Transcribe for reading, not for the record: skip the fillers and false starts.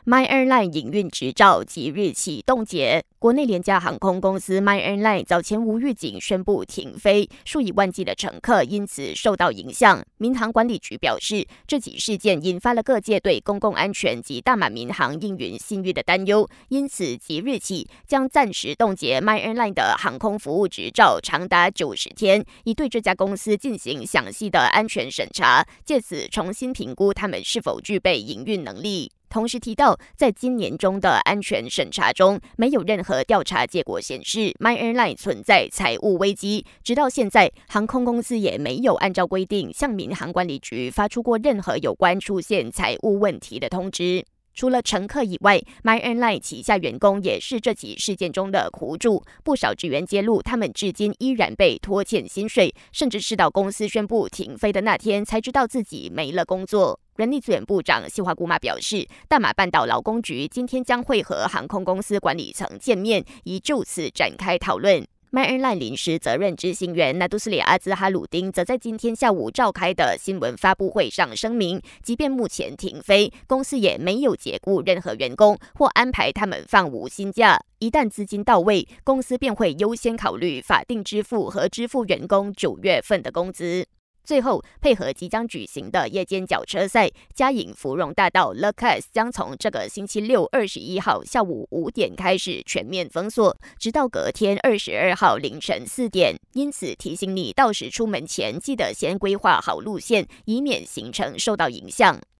My Airline 营运执照即日起冻结。国内廉价航空公司 My Airline 早前无预警宣布停飞，数以万计的乘客因此受到影响。民航管理局表示，这起事件引发了各界对公共安全及大马民航应允信誉的担忧，因此即日起将暂时冻结 My Airline 的航空服务执照，长达90天，以对这家公司进行详细的安全审查，借此重新评估他们是否具备营运能力。同时提到，在今年中的安全审查中，没有任何调查结果显示 My Airline 存在财务危机。直到现在，航空公司也没有按照规定向民航管理局发出过任何有关出现财务问题的通知。除了乘客以外 ，My Airline 旗下员工也是这起事件中的苦主。不少职员揭露，他们至今依然被拖欠薪水，甚至是到公司宣布停飞的那天才知道自己没了工作。人力资源部长西华姑妈表示，大马半岛劳工局今天将会和航空公司管理层见面，以就此展开讨论。My Airline 临时责任执行员纳杜斯里阿兹哈鲁丁则在今天下午召开的新闻发布会上声明，即便目前停飞，公司也没有解雇任何员工或安排他们放无薪假。一旦资金到位，公司便会优先考虑法定支付和支付员工9月份的工资。最后，配合即将举行的夜间脚车赛，嘉颖芙蓉大道 Le Cas 将从这个星期六21号下午5点开始全面封锁，直到隔天22号凌晨4点。因此，提醒你到时出门前记得先规划好路线，以免行程受到影响。